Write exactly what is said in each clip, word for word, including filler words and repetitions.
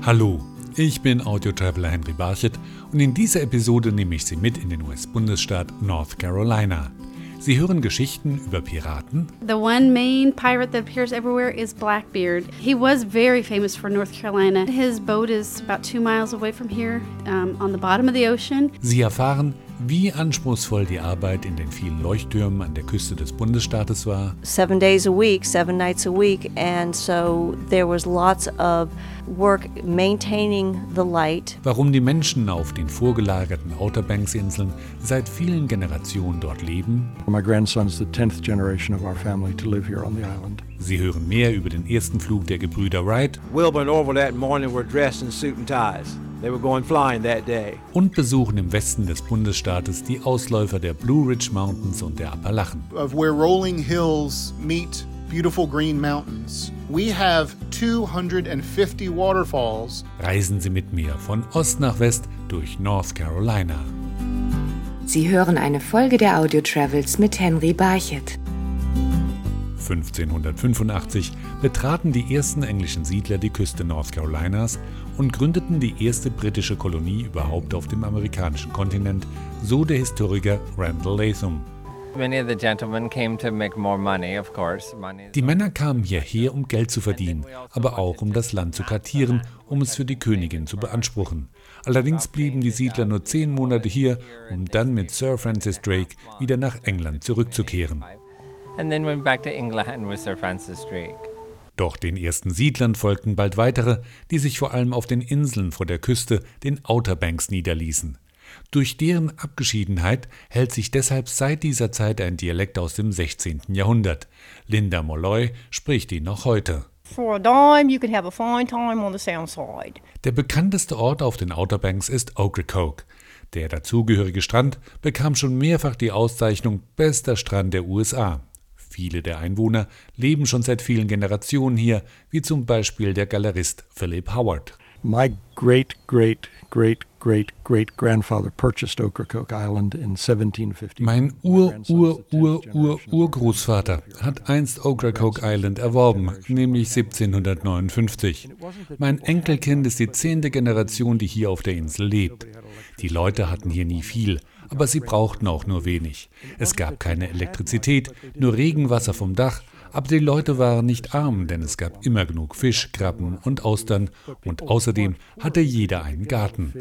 Hallo, ich bin Audio-Traveler Henry Barchett und in dieser Episode nehme ich Sie mit in den U S-Bundesstaat North Carolina. Sie hören Geschichten über Piraten. The one main pirate that appears everywhere is Blackbeard. He was very famous for North Carolina. His boat is about two miles away from here, um, on the bottom of the ocean. Sie erfahren, wie anspruchsvoll die Arbeit in den vielen Leuchttürmen an der Küste des Bundesstaates war. Seven days a week, seven nights a week, and so there was lots of work maintaining the light. Warum die Menschen auf den vorgelagerten Outer Banks-Inseln seit vielen Generationen dort leben. My grandson is the tenth generation of our family to live here on the island. Sie hören mehr über den ersten Flug der Gebrüder Wright. Wilbur and Orville that morning were dressed in suit and ties. They were going flying that day. Und besuchen im Westen des Bundesstaates die Ausläufer der Blue Ridge Mountains und der Appalachen. Of where rolling hills meet beautiful green mountains. We have two hundred fifty waterfalls. Reisen Sie mit mir von Ost nach West durch North Carolina. Sie hören eine Folge der Audio Travels mit Henry Barchett. fünfzehnhundertfünfundachtzig betraten die ersten englischen Siedler die Küste North Carolinas und gründeten die erste britische Kolonie überhaupt auf dem amerikanischen Kontinent, so der Historiker Randall Latham. Die Männer kamen hierher, um Geld zu verdienen, aber auch um das Land zu kartieren, um es für die Königin zu beanspruchen. Allerdings blieben die Siedler nur zehn Monate hier, um dann mit Sir Francis Drake wieder nach England zurückzukehren. And then went back to England with Sir Francis Drake. Doch den ersten Siedlern folgten bald weitere, die sich vor allem auf den Inseln vor der Küste, den Outer Banks, niederließen. Durch deren Abgeschiedenheit hält sich deshalb seit dieser Zeit ein Dialekt aus dem sechzehnten Jahrhundert. Linda Molloy spricht ihn noch heute. For a dime, you can have a fine time on the south side. Der bekannteste Ort auf den Outer Banks ist Ocracoke. Der dazugehörige Strand bekam schon mehrfach die Auszeichnung Bester Strand der U S A. Viele der Einwohner leben schon seit vielen Generationen hier, wie zum Beispiel der Galerist Philip Howard. My great, great, great, great, great grandfather purchased Ocracoke Island in seventeen fifty. Mein Ur-Ur-Ur-Urgroßvater hat einst Ocracoke Island erworben, nämlich siebzehnhundertneunundfünfzig. Mein Enkelkind ist die zehnte Generation, die hier auf der Insel lebt. Die Leute hatten hier nie viel, aber sie brauchten auch nur wenig. Es gab keine Elektrizität, nur Regenwasser vom Dach, aber die Leute waren nicht arm, denn es gab immer genug Fisch, Krabben und Austern und außerdem hatte jeder einen Garten.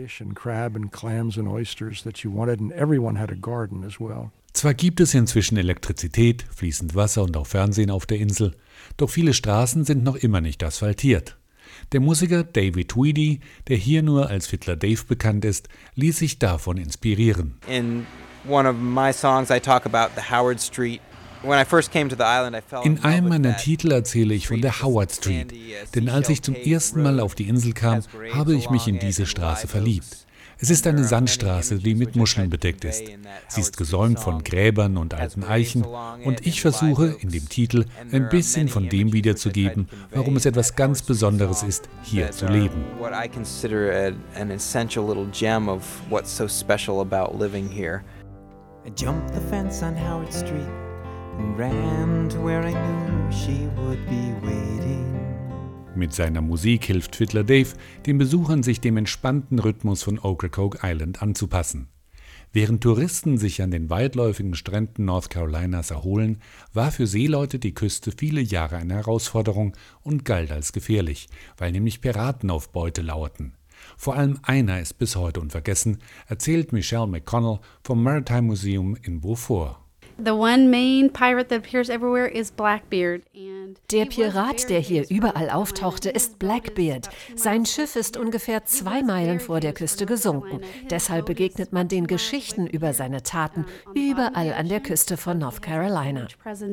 Zwar gibt es inzwischen Elektrizität, fließend Wasser und auch Fernsehen auf der Insel, doch viele Straßen sind noch immer nicht asphaltiert. Der Musiker David Tweedy, der hier nur als Fiddler Dave bekannt ist, ließ sich davon inspirieren. In one of my songs I talk about the Howard Street. When I first came to the island, I fell in In einem love with meiner that Titel erzähle ich von der Howard Street, denn als ich zum ersten Mal auf die Insel kam, habe ich mich in diese Straße verliebt. Es ist eine Sandstraße, die mit Muscheln bedeckt ist. Sie ist gesäumt von Gräbern und alten Eichen und ich versuche in dem Titel ein bisschen von dem wiederzugeben, warum es etwas ganz Besonderes ist, hier zu leben. What I consider an essential little gem of what's so special about living here. I jumped the fence on Howard Street and ran to where I knew she would be waiting. Mit seiner Musik hilft Fiddler Dave den Besuchern, sich dem entspannten Rhythmus von Ocracoke Island anzupassen. Während Touristen sich an den weitläufigen Stränden North Carolinas erholen, war für Seeleute die Küste viele Jahre eine Herausforderung und galt als gefährlich, weil nämlich Piraten auf Beute lauerten. Vor allem einer ist bis heute unvergessen, erzählt Michelle McConnell vom Maritime Museum in Beaufort. The one main pirate that appears everywhere is Blackbeard. Der Pirat, der hier überall auftauchte, ist Blackbeard. Sein Schiff ist ungefähr zwei Meilen vor der Küste gesunken. Deshalb begegnet man den Geschichten über seine Taten überall an der Küste von North Carolina.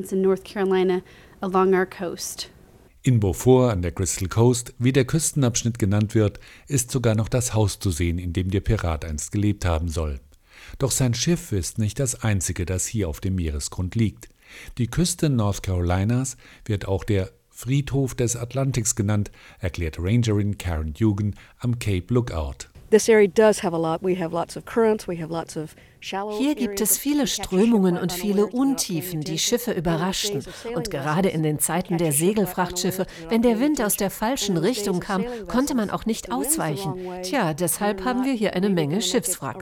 In Beaufort an der Crystal Coast, wie der Küstenabschnitt genannt wird, ist sogar noch das Haus zu sehen, in dem der Pirat einst gelebt haben soll. Doch sein Schiff ist nicht das einzige, das hier auf dem Meeresgrund liegt. Die Küste North Carolinas wird auch der Friedhof des Atlantiks genannt, erklärt Rangerin Karen Dugan am Cape Lookout. Hier gibt es viele Strömungen und viele Untiefen, die Schiffe überraschten. Und gerade in den Zeiten der Segelfrachtschiffe, wenn der Wind aus der falschen Richtung kam, konnte man auch nicht ausweichen. Tja, deshalb haben wir hier eine Menge Schiffswracks.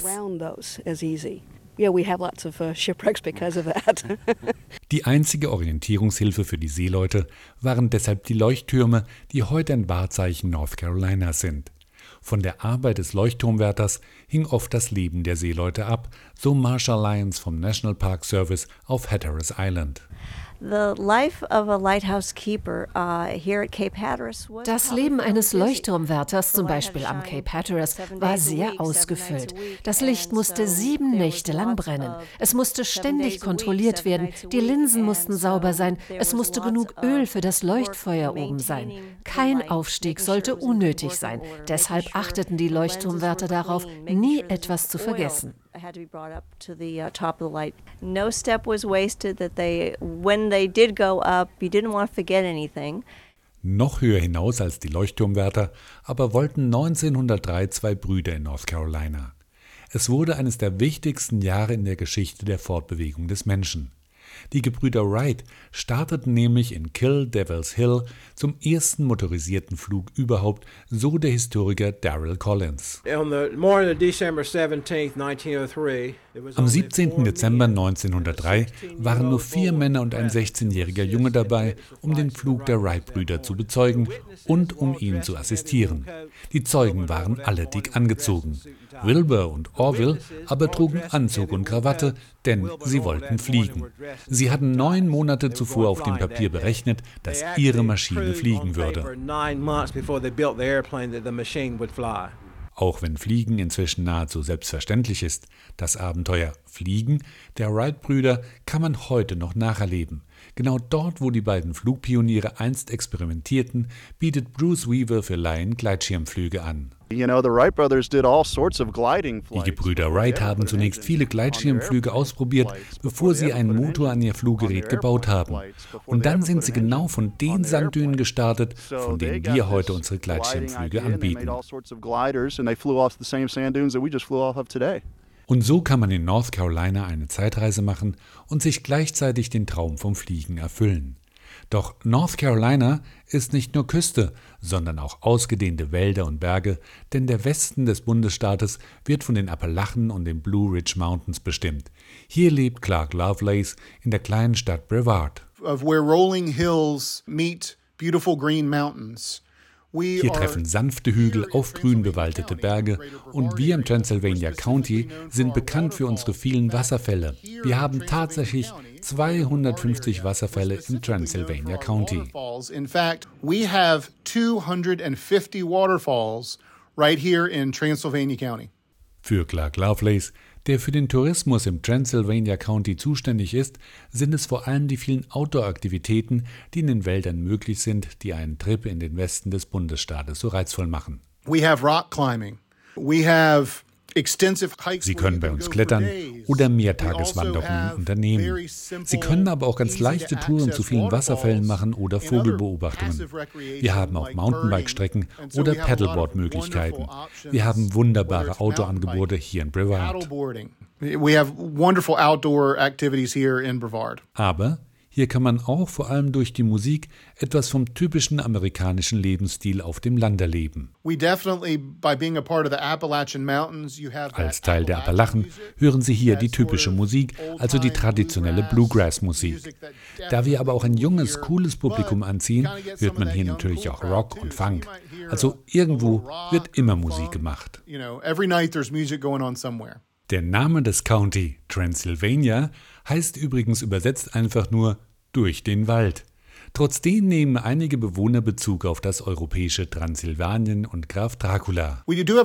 Die einzige Orientierungshilfe für die Seeleute waren deshalb die Leuchttürme, die heute ein Wahrzeichen North Carolinas sind. Von der Arbeit des Leuchtturmwärters hing oft das Leben der Seeleute ab, so Marshall Lyons vom National Park Service auf Hatteras Island. The life of a lighthouse keeper uh, here at Cape Hatteras was Das Leben eines Leuchtturmwärters, zum Beispiel am Cape Hatteras, war sehr ausgefüllt. Das Licht musste sieben Nächte lang brennen. Es musste ständig kontrolliert werden. Die Linsen mussten sauber sein. Es musste genug Öl für das Leuchtfeuer oben sein. Kein Aufstieg sollte unnötig sein. Deshalb achteten die Leuchtturmwärter darauf, nie etwas zu vergessen. had to be brought up to the uh, top of the light. No step was wasted that they, when they did go up, you didn't want to forget anything. Noch höher hinaus als die Leuchtturmwärter, aber wollten neunzehnhundertdrei zwei Brüder in North Carolina. Es wurde eines der wichtigsten Jahre in der Geschichte der Fortbewegung des Menschen. Die Gebrüder Wright starteten nämlich in Kill Devil's Hill zum ersten motorisierten Flug überhaupt, so der Historiker Darrell Collins. Am siebzehnten Dezember neunzehnhundertdrei waren nur vier Männer und ein sechzehnjähriger Junge dabei, um den Flug der Wright-Brüder zu bezeugen und um ihnen zu assistieren. Die Zeugen waren alle dick angezogen. Wilbur und Orville aber trugen Anzug und Krawatte, denn sie wollten fliegen. Sie hatten neun Monate zuvor auf dem Papier berechnet, dass ihre Maschine fliegen würde. Auch wenn Fliegen inzwischen nahezu selbstverständlich ist, das Abenteuer Fliegen der Wright-Brüder kann man heute noch nacherleben. Genau dort, wo die beiden Flugpioniere einst experimentierten, bietet Bruce Weaver für Laien Gleitschirmflüge an. Die Gebrüder Wright haben zunächst viele Gleitschirmflüge ausprobiert, bevor sie einen Motor an ihr Fluggerät gebaut haben. Und dann sind sie genau von den Sanddünen gestartet, von denen wir heute unsere Gleitschirmflüge anbieten. Und so kann man in North Carolina eine Zeitreise machen und sich gleichzeitig den Traum vom Fliegen erfüllen. Doch North Carolina ist nicht nur Küste, sondern auch ausgedehnte Wälder und Berge, denn der Westen des Bundesstaates wird von den Appalachen und den Blue Ridge Mountains bestimmt. Hier lebt Clark Lovelace in der kleinen Stadt Brevard. Of where rolling hills meet beautiful green mountains. Hier treffen sanfte Hügel auf grün bewaldete Berge und wir im Transylvania County sind bekannt für unsere vielen Wasserfälle. Wir haben tatsächlich zweihundertfünfzig Wasserfälle im Transylvania County. In fact, we have two hundred fifty waterfalls right here in Transylvania County. Für Clark Lovelace, der für den Tourismus im Transylvania County zuständig ist, sind es vor allem die vielen Outdoor-Aktivitäten, die in den Wäldern möglich sind, die einen Trip in den Westen des Bundesstaates so reizvoll machen. We have rock climbing. We have extensive hikes. Sie können bei uns klettern oder Mehrtageswanderungen unternehmen. Sie können aber auch ganz leichte Touren zu vielen Wasserfällen machen oder Vogelbeobachtungen. Wir haben auch Mountainbike-Strecken oder Paddleboard-Möglichkeiten. Wir haben wunderbare Outdoor-Angebote hier in Brevard. We have wonderful outdoor activities here in Brevard. Aber hier kann man auch vor allem durch die Musik etwas vom typischen amerikanischen Lebensstil auf dem Lande erleben. Als Teil der Appalachen hören Sie hier die typische Musik, also die traditionelle Bluegrass-Musik. Da wir aber auch ein junges, cooles Publikum anziehen, hört man hier natürlich auch Rock und Funk. Also irgendwo wird immer Musik gemacht. Der Name des County, Transylvania, heißt übrigens übersetzt einfach nur durch den Wald. Trotzdem nehmen einige Bewohner Bezug auf das europäische Transsilvanien und Graf Dracula.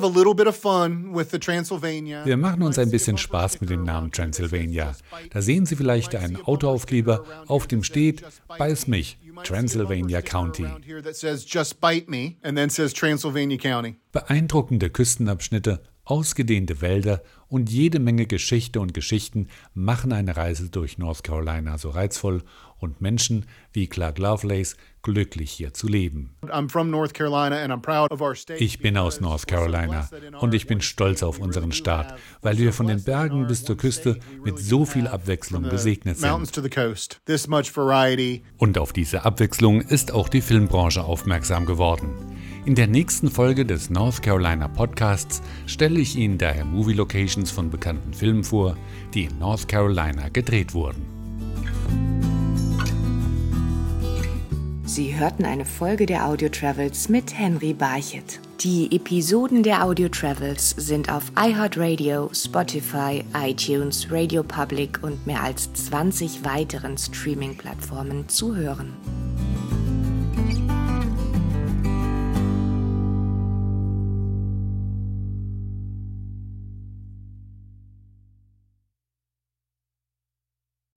Wir machen uns ein bisschen Spaß mit dem Namen Transylvania. Da sehen Sie vielleicht einen Autoaufkleber, auf dem steht „Beiß mich, Transylvania County“. Beeindruckende Küstenabschnitte, Ausgedehnte Wälder und jede Menge Geschichte und Geschichten machen eine Reise durch North Carolina so reizvoll und Menschen wie Clark Lovelace glücklich hier zu leben. Ich bin aus North Carolina und ich bin stolz auf unseren Staat, weil wir von den Bergen bis zur Küste mit so viel Abwechslung gesegnet sind. Und auf diese Abwechslung ist auch die Filmbranche aufmerksam geworden. In der nächsten Folge des North Carolina Podcasts stelle ich Ihnen daher Movie Locations von bekannten Filmen vor, die in North Carolina gedreht wurden. Sie hörten eine Folge der Audio Travels mit Henry Barchett. Die Episoden der Audio Travels sind auf iHeartRadio, Spotify, iTunes, Radio Public und mehr als zwanzig weiteren Streaming-Plattformen zu hören.